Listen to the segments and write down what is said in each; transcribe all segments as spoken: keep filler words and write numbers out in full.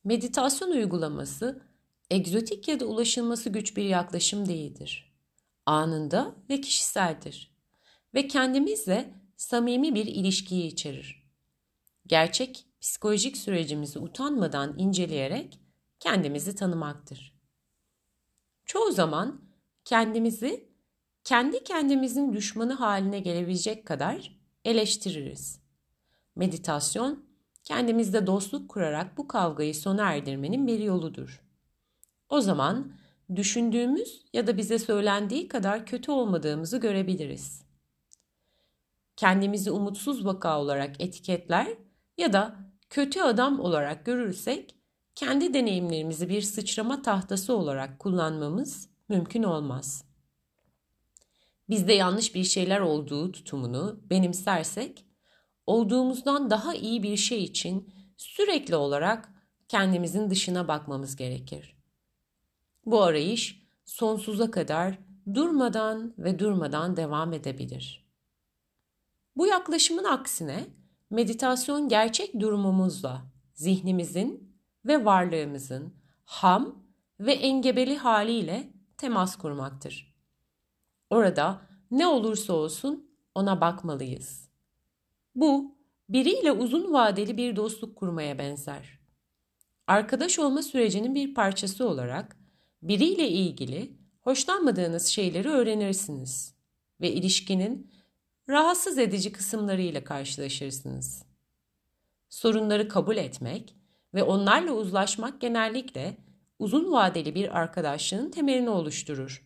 Meditasyon uygulaması, egzotik ya da ulaşılması güç bir yaklaşım değildir. Anında ve kişiseldir ve kendimizle samimi bir ilişkiyi içerir. Gerçek psikolojik sürecimizi utanmadan inceleyerek kendimizi tanımaktır. Çoğu zaman kendimizi kendi kendimizin düşmanı haline gelebilecek kadar eleştiririz. Meditasyon, kendimizde dostluk kurarak bu kavgayı sona erdirmenin bir yoludur. O zaman düşündüğümüz ya da bize söylendiği kadar kötü olmadığımızı görebiliriz. Kendimizi umutsuz vaka olarak etiketler ya da kötü adam olarak görürsek, kendi deneyimlerimizi bir sıçrama tahtası olarak kullanmamız mümkün olmaz. Bizde yanlış bir şeyler olduğu tutumunu benimsersek, olduğumuzdan daha iyi bir şey için sürekli olarak kendimizin dışına bakmamız gerekir. Bu arayış sonsuza kadar durmadan ve durmadan devam edebilir. Bu yaklaşımın aksine meditasyon gerçek durumumuzla, zihnimizin ve varlığımızın ham ve engebeli haliyle temas kurmaktır. Orada ne olursa olsun ona bakmalıyız. Bu, biriyle uzun vadeli bir dostluk kurmaya benzer. Arkadaş olma sürecinin bir parçası olarak biriyle ilgili hoşlanmadığınız şeyleri öğrenirsiniz ve ilişkinin rahatsız edici kısımlarıyla karşılaşırsınız. Sorunları kabul etmek ve onlarla uzlaşmak genellikle uzun vadeli bir arkadaşlığın temelini oluşturur.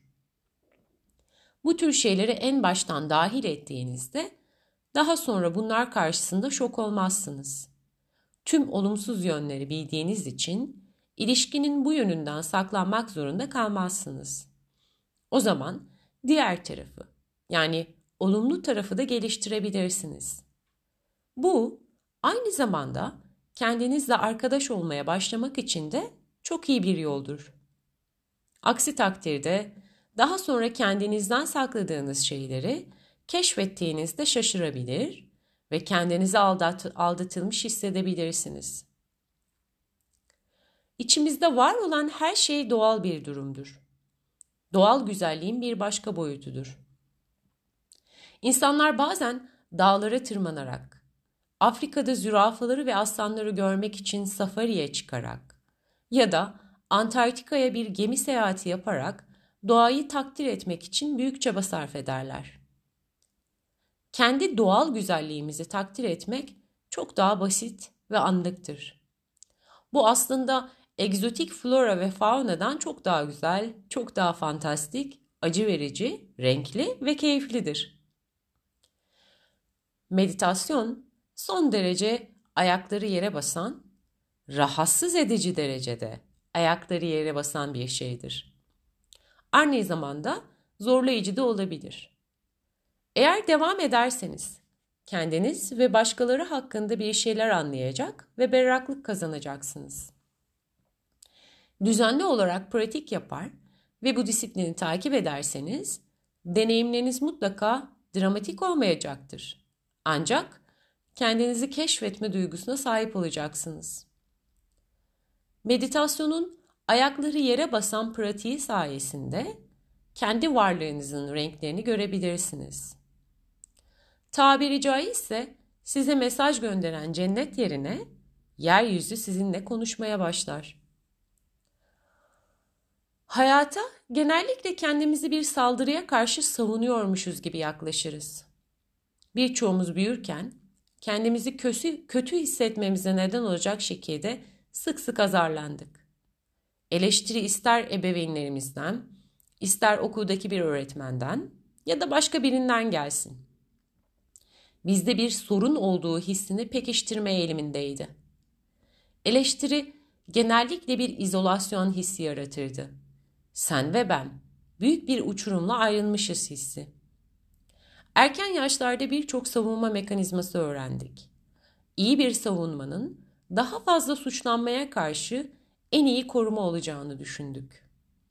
Bu tür şeyleri en baştan dahil ettiğinizde daha sonra bunlar karşısında şok olmazsınız. Tüm olumsuz yönleri bildiğiniz için ilişkinin bu yönünden saklanmak zorunda kalmazsınız. O zaman diğer tarafı, yani olumlu tarafı da geliştirebilirsiniz. Bu aynı zamanda kendinizle arkadaş olmaya başlamak için de çok iyi bir yoldur. Aksi takdirde daha sonra kendinizden sakladığınız şeyleri keşfettiğinizde şaşırabilir ve kendinizi aldat, aldatılmış hissedebilirsiniz. İçimizde var olan her şey doğal bir durumdur. Doğal güzelliğin bir başka boyutudur. İnsanlar bazen dağlara tırmanarak, Afrika'da zürafaları ve aslanları görmek için safariye çıkarak ya da Antarktika'ya bir gemi seyahati yaparak doğayı takdir etmek için büyük çaba sarf ederler. Kendi doğal güzelliğimizi takdir etmek çok daha basit ve anlıktır. Bu aslında egzotik flora ve faunadan çok daha güzel, çok daha fantastik, acı verici, renkli ve keyiflidir. Meditasyon son derece ayakları yere basan, rahatsız edici derecede ayakları yere basan bir şeydir. Aynı zamanda zorlayıcı da olabilir. Eğer devam ederseniz kendiniz ve başkaları hakkında bir şeyler anlayacak ve berraklık kazanacaksınız. Düzenli olarak pratik yapar ve bu disiplini takip ederseniz deneyimleriniz mutlaka dramatik olmayacaktır. Ancak kendinizi keşfetme duygusuna sahip olacaksınız. Meditasyonun ayakları yere basan pratiği sayesinde kendi varlığınızın renklerini görebilirsiniz. Tabiri caizse size mesaj gönderen cennet yerine yeryüzü sizinle konuşmaya başlar. Hayata genellikle kendimizi bir saldırıya karşı savunuyormuşuz gibi yaklaşırız. Birçoğumuz büyürken kendimizi kötü, kötü hissetmemize neden olacak şekilde sık sık azarlandık. Eleştiri ister ebeveynlerimizden, ister okuldaki bir öğretmenden ya da başka birinden gelsin. Bizde bir sorun olduğu hissini pekiştirme eğilimindeydi. Eleştiri genellikle bir izolasyon hissi yaratırdı. Sen ve ben büyük bir uçurumla ayrılmışız hissi. Erken yaşlarda birçok savunma mekanizması öğrendik. İyi bir savunmanın daha fazla suçlanmaya karşı en iyi koruma olacağını düşündük.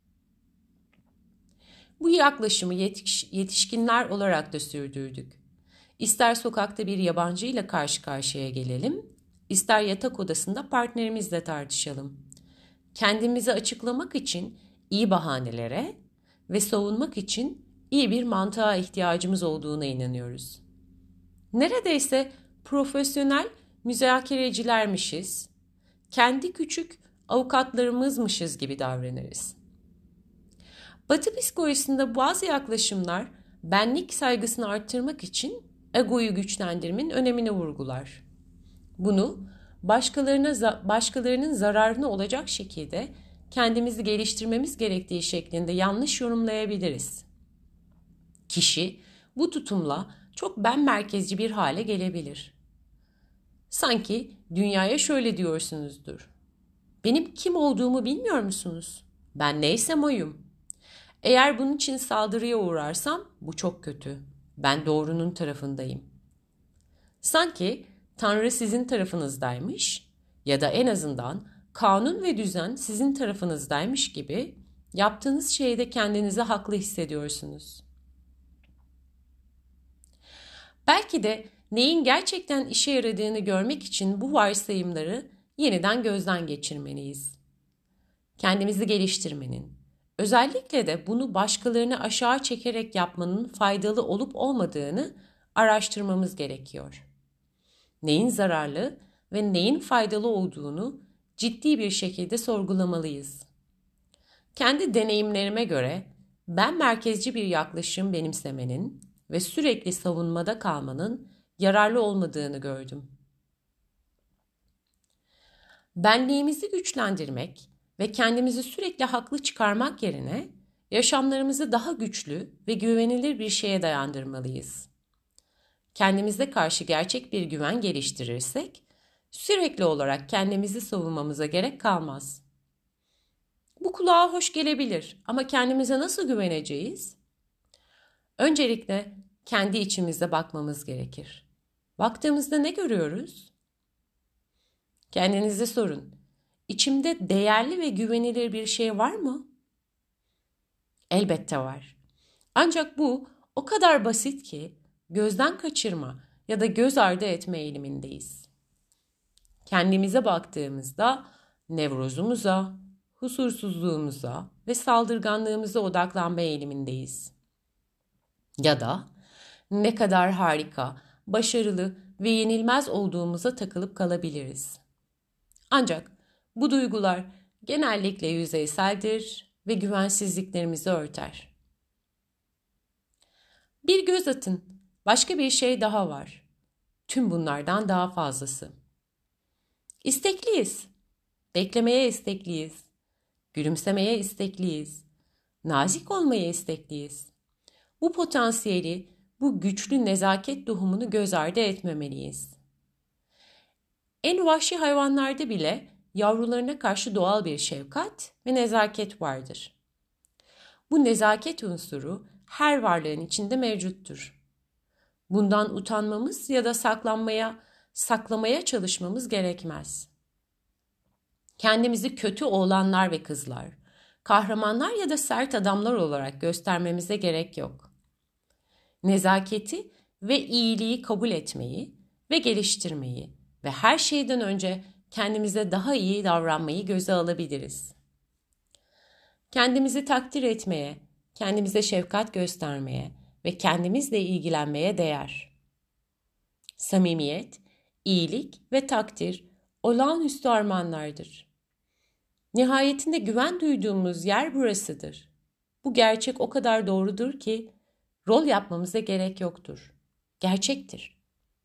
Bu yaklaşımı yetiş, yetişkinler olarak da sürdürdük. İster sokakta bir yabancıyla karşı karşıya gelelim, ister yatak odasında partnerimizle tartışalım. Kendimizi açıklamak için iyi bahanelere ve savunmak için iyi bir mantığa ihtiyacımız olduğuna inanıyoruz. Neredeyse profesyonel müzakerecilermişiz, kendi küçük avukatlarımızmışız gibi davranırız. Batı psikolojisinde bazı yaklaşımlar benlik saygısını arttırmak için egoyu güçlendirmenin önemini vurgular. Bunu başkalarına başkalarının zararına olacak şekilde kendimizi geliştirmemiz gerektiği şeklinde yanlış yorumlayabiliriz. Kişi bu tutumla çok ben merkezci bir hale gelebilir. Sanki dünyaya şöyle diyorsunuzdur: benim kim olduğumu bilmiyor musunuz? Ben neysem oyum. Eğer bunun için saldırıya uğrarsam bu çok kötü. Ben doğrunun tarafındayım. Sanki Tanrı sizin tarafınızdaymış ya da en azından kanun ve düzen sizin tarafınızdaymış gibi yaptığınız şeyde kendinizi haklı hissediyorsunuz. Belki de neyin gerçekten işe yaradığını görmek için bu varsayımları yeniden gözden geçirmeliyiz. Kendimizi geliştirmenin, özellikle de bunu başkalarını aşağı çekerek yapmanın faydalı olup olmadığını araştırmamız gerekiyor. Neyin zararlı ve neyin faydalı olduğunu ciddi bir şekilde sorgulamalıyız. Kendi deneyimlerime göre ben merkezci bir yaklaşım benimsemenin ve sürekli savunmada kalmanın yararlı olmadığını gördüm. Benliğimizi güçlendirmek ve kendimizi sürekli haklı çıkarmak yerine yaşamlarımızı daha güçlü ve güvenilir bir şeye dayandırmalıyız. Kendimize karşı gerçek bir güven geliştirirsek sürekli olarak kendimizi savunmamıza gerek kalmaz. Bu kulağa hoş gelebilir ama kendimize nasıl güveneceğiz? Öncelikle kendi içimize bakmamız gerekir. Baktığımızda ne görüyoruz? Kendinize sorun. İçimde değerli ve güvenilir bir şey var mı? Elbette var. Ancak bu o kadar basit ki gözden kaçırma ya da göz ardı etme eğilimindeyiz. Kendimize baktığımızda nevrozumuza, huzursuzluğumuza ve saldırganlığımıza odaklanma eğilimindeyiz. Ya da ne kadar harika, başarılı ve yenilmez olduğumuza takılıp kalabiliriz. Ancak bu duygular genellikle yüzeyseldir ve güvensizliklerimizi örter. Bir göz atın, başka bir şey daha var. Tüm bunlardan daha fazlası. İstekliyiz, beklemeye istekliyiz, gülümsemeye istekliyiz, nazik olmaya istekliyiz. Bu potansiyeli, bu güçlü nezaket tohumunu göz ardı etmemeliyiz. En vahşi hayvanlarda bile yavrularına karşı doğal bir şefkat ve nezaket vardır. Bu nezaket unsuru her varlığın içinde mevcuttur. Bundan utanmamız ya da saklanmaya, saklamaya çalışmamız gerekmez. Kendimizi kötü oğlanlar ve kızlar, kahramanlar ya da sert adamlar olarak göstermemize gerek yok. Nezaketi ve iyiliği kabul etmeyi ve geliştirmeyi ve her şeyden önce kendimize daha iyi davranmayı göze alabiliriz. Kendimizi takdir etmeye, kendimize şefkat göstermeye ve kendimizle ilgilenmeye değer. Samimiyet, iyilik ve takdir olağanüstü armağanlardır. Nihayetinde güven duyduğumuz yer burasıdır. Bu gerçek o kadar doğrudur ki rol yapmamıza gerek yoktur. Gerçektir.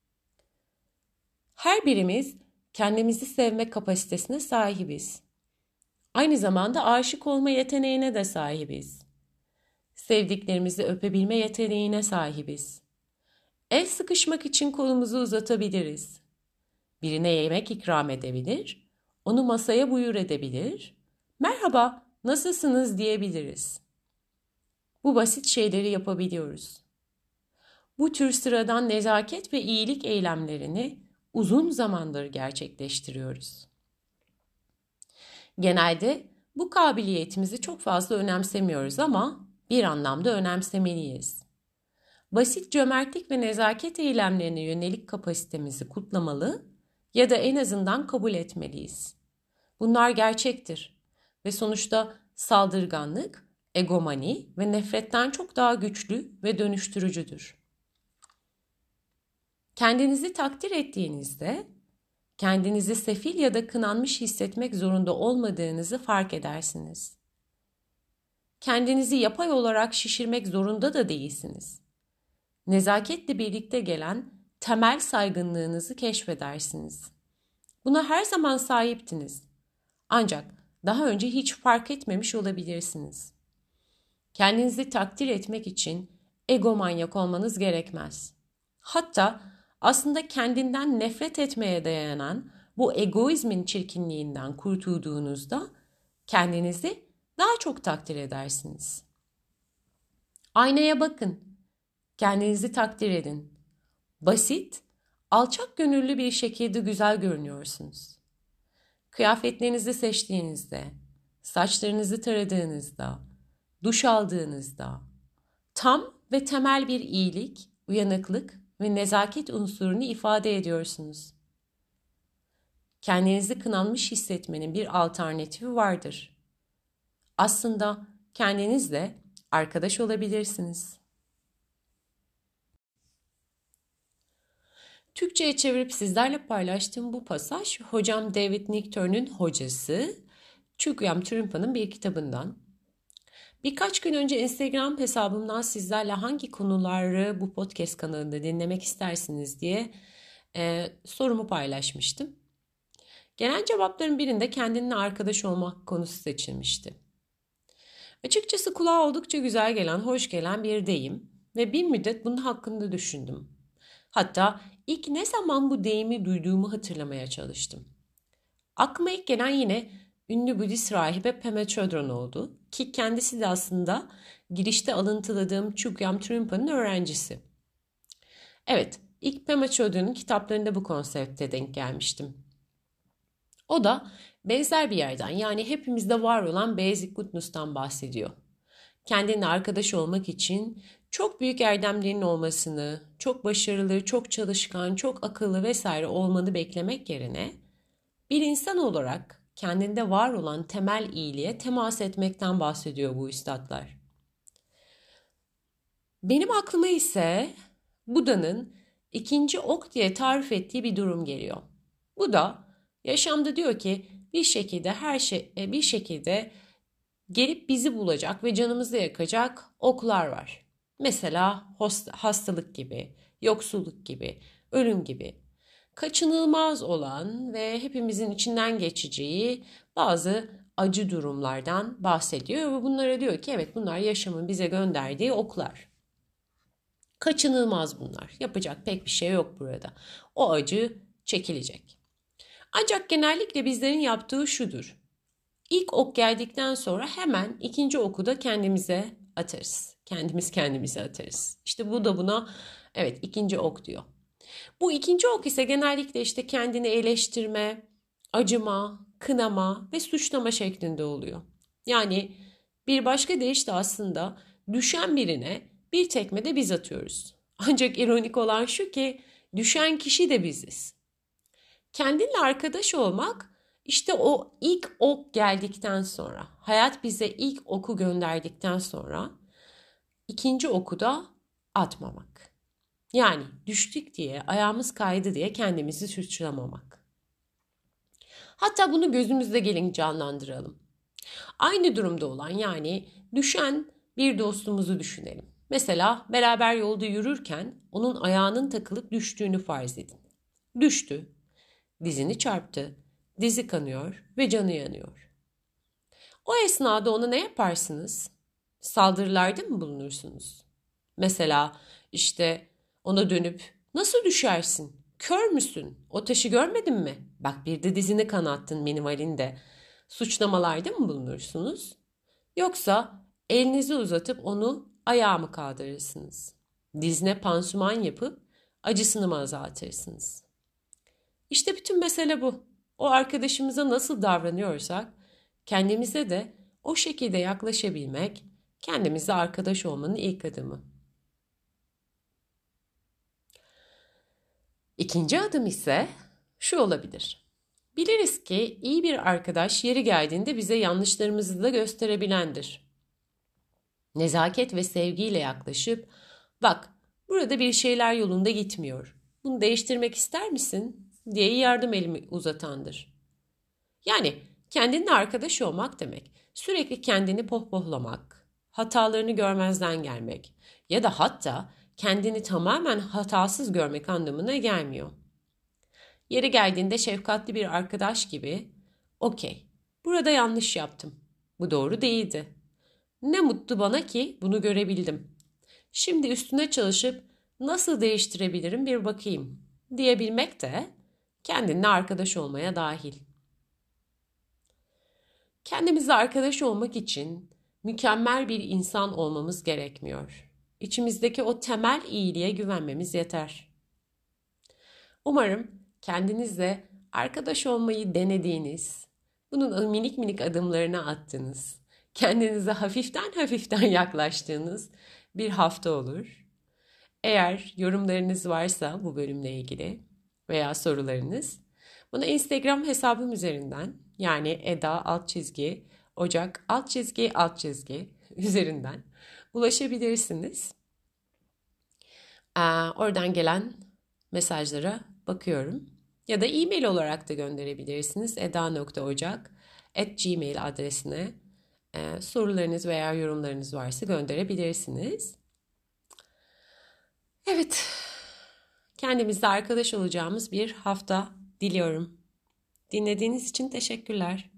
Her birimiz kendimizi sevme kapasitesine sahibiz. Aynı zamanda aşık olma yeteneğine de sahibiz. Sevdiklerimizi öpebilme yeteneğine sahibiz. El sıkışmak için kolumuzu uzatabiliriz. Birine yemek ikram edebilir, onu masaya buyur edebilir, merhaba, nasılsınız diyebiliriz. Bu basit şeyleri yapabiliyoruz. Bu tür sıradan nezaket ve iyilik eylemlerini uzun zamandır gerçekleştiriyoruz. Genelde bu kabiliyetimizi çok fazla önemsemiyoruz ama bir anlamda önemsemeliyiz. Basit cömertlik ve nezaket eylemlerine yönelik kapasitemizi kutlamalı Ya da en azından kabul etmeliyiz. Bunlar gerçektir ve sonuçta saldırganlık, egomani ve nefretten çok daha güçlü ve dönüştürücüdür. Kendinizi takdir ettiğinizde, kendinizi sefil ya da kınanmış hissetmek zorunda olmadığınızı fark edersiniz. Kendinizi yapay olarak şişirmek zorunda da değilsiniz. Nezaketle birlikte gelen temel saygınlığınızı keşfedersiniz. Buna her zaman sahiptiniz. Ancak daha önce hiç fark etmemiş olabilirsiniz. Kendinizi takdir etmek için egomanyak olmanız gerekmez. Hatta aslında kendinden nefret etmeye dayanan bu egoizmin çirkinliğinden kurtulduğunuzda kendinizi daha çok takdir edersiniz. Aynaya bakın, kendinizi takdir edin. Basit, alçak gönüllü bir şekilde güzel görünüyorsunuz. Kıyafetlerinizi seçtiğinizde, saçlarınızı taradığınızda, duş aldığınızda tam ve temel bir iyilik, uyanıklık ve nezaket unsurunu ifade ediyorsunuz. Kendinizi kınanmış hissetmenin bir alternatifi vardır. Aslında kendinizle arkadaş olabilirsiniz. Türkçe'ye çevirip sizlerle paylaştığım bu pasaj hocam David Nichtern'ün hocası Chogyam Trungpa'nın bir kitabından. Birkaç gün önce Instagram hesabımdan sizlerle hangi konuları bu podcast kanalında dinlemek istersiniz diye e, sorumu paylaşmıştım. Genel cevapların birinde kendinle arkadaş olmak konusu seçilmişti. Açıkçası kulağa oldukça güzel gelen, hoş gelen bir deyim ve bir müddet bunun hakkında düşündüm. Hatta ilk ne zaman bu deyimi duyduğumu hatırlamaya çalıştım. Aklıma ilk gelen yine ünlü Budist rahibe Pema Chodron oldu ki kendisi de aslında girişte alıntıladığım Chogyam Trungpa'nın öğrencisi. Evet, ilk Pema Chodron'un kitaplarında bu konsepte denk gelmiştim. O da benzer bir yerden, yani hepimizde var olan Basic Goodness'tan bahsediyor. Kendinle arkadaş olmak için çok büyük erdemlerin olmasını, çok başarılı, çok çalışkan, çok akıllı vesaire olmanı beklemek yerine bir insan olarak kendinde var olan temel iyiliğe temas etmekten bahsediyor bu üstadlar. Benim aklıma ise Buda'nın ikinci ok diye tarif ettiği bir durum geliyor. Bu da yaşamda diyor ki bir şekilde her şey bir şekilde gelip bizi bulacak ve canımızı yakacak oklar var. Mesela hastalık gibi, yoksulluk gibi, ölüm gibi. Kaçınılmaz olan ve hepimizin içinden geçeceği bazı acı durumlardan bahsediyor ve bunlara diyor ki evet, bunlar yaşamın bize gönderdiği oklar. Kaçınılmaz bunlar. Yapacak pek bir şey yok burada. O acı çekilecek. Ancak genellikle bizlerin yaptığı şudur. İlk ok geldikten sonra hemen ikinci oku da kendimize atarız. Kendimiz kendimize atarız. İşte bu da buna evet ikinci ok diyor. Bu ikinci ok ise genellikle işte kendini eleştirme, acıma, kınama ve suçlama şeklinde oluyor. Yani bir başka deyişle aslında düşen birine bir tekme de biz atıyoruz. Ancak ironik olan şu ki düşen kişi de biziz. Kendinle arkadaş olmak işte o ilk ok geldikten sonra, hayat bize ilk oku gönderdikten sonra ikinci oku da atmamak. Yani düştük diye, ayağımız kaydı diye kendimizi suçlamamak. Hatta bunu gözümüzde gelin canlandıralım. Aynı durumda olan, yani düşen bir dostumuzu düşünelim. Mesela beraber yolda yürürken onun ayağının takılıp düştüğünü farz edin. Düştü, dizini çarptı, dizi kanıyor ve canı yanıyor. O esnada ona ne yaparsınız? Saldırılarda mı bulunursunuz? Mesela işte ona dönüp nasıl düşersin? Kör müsün? O taşı görmedin mi? Bak bir de dizini kanattın minimalinde. Suçlamalarda mı bulunursunuz? Yoksa elinizi uzatıp onu ayağa mı kaldırırsınız? Dizine pansuman yapıp acısını mı azaltırsınız? İşte bütün mesele bu. O arkadaşımıza nasıl davranıyorsak kendimize de o şekilde yaklaşabilmek, kendimizle arkadaş olmanın ilk adımı. İkinci adım ise Şu olabilir. Biliriz ki iyi bir arkadaş yeri geldiğinde bize yanlışlarımızı da gösterebilendir. Nezaket ve sevgiyle yaklaşıp, bak burada bir şeyler yolunda gitmiyor. Bunu değiştirmek ister misin? Diye yardım elimi uzatandır. Yani kendinle arkadaş olmak demek, sürekli kendini pohpohlamak, hatalarını görmezden gelmek ya da hatta kendini tamamen hatasız görmek anlamına gelmiyor. Yeri geldiğinde şefkatli bir arkadaş gibi, okey, burada yanlış yaptım. Bu doğru değildi. Ne mutlu bana ki bunu görebildim. Şimdi üstüne çalışıp nasıl değiştirebilirim bir bakayım diyebilmek de kendinle arkadaş olmaya dahil. Kendimizle arkadaş olmak için mükemmel bir insan olmamız gerekmiyor. İçimizdeki o temel iyiliğe güvenmemiz yeter. Umarım kendinizle arkadaş olmayı denediğiniz, bunun minik minik adımlarını attığınız, kendinize hafiften hafiften yaklaştığınız bir hafta olur. Eğer yorumlarınız varsa bu bölümle ilgili veya sorularınız, bana Instagram hesabım üzerinden, yani Eda alt çizgi Ocak alt çizgi alt çizgi üzerinden ulaşabilirsiniz. Ee, oradan gelen mesajlara bakıyorum. Ya da e-mail olarak da gönderebilirsiniz. eda nokta ocak at gmail adresine e, sorularınız veya yorumlarınız varsa gönderebilirsiniz. Evet, kendimizle arkadaş olacağımız bir hafta diliyorum. Dinlediğiniz için teşekkürler.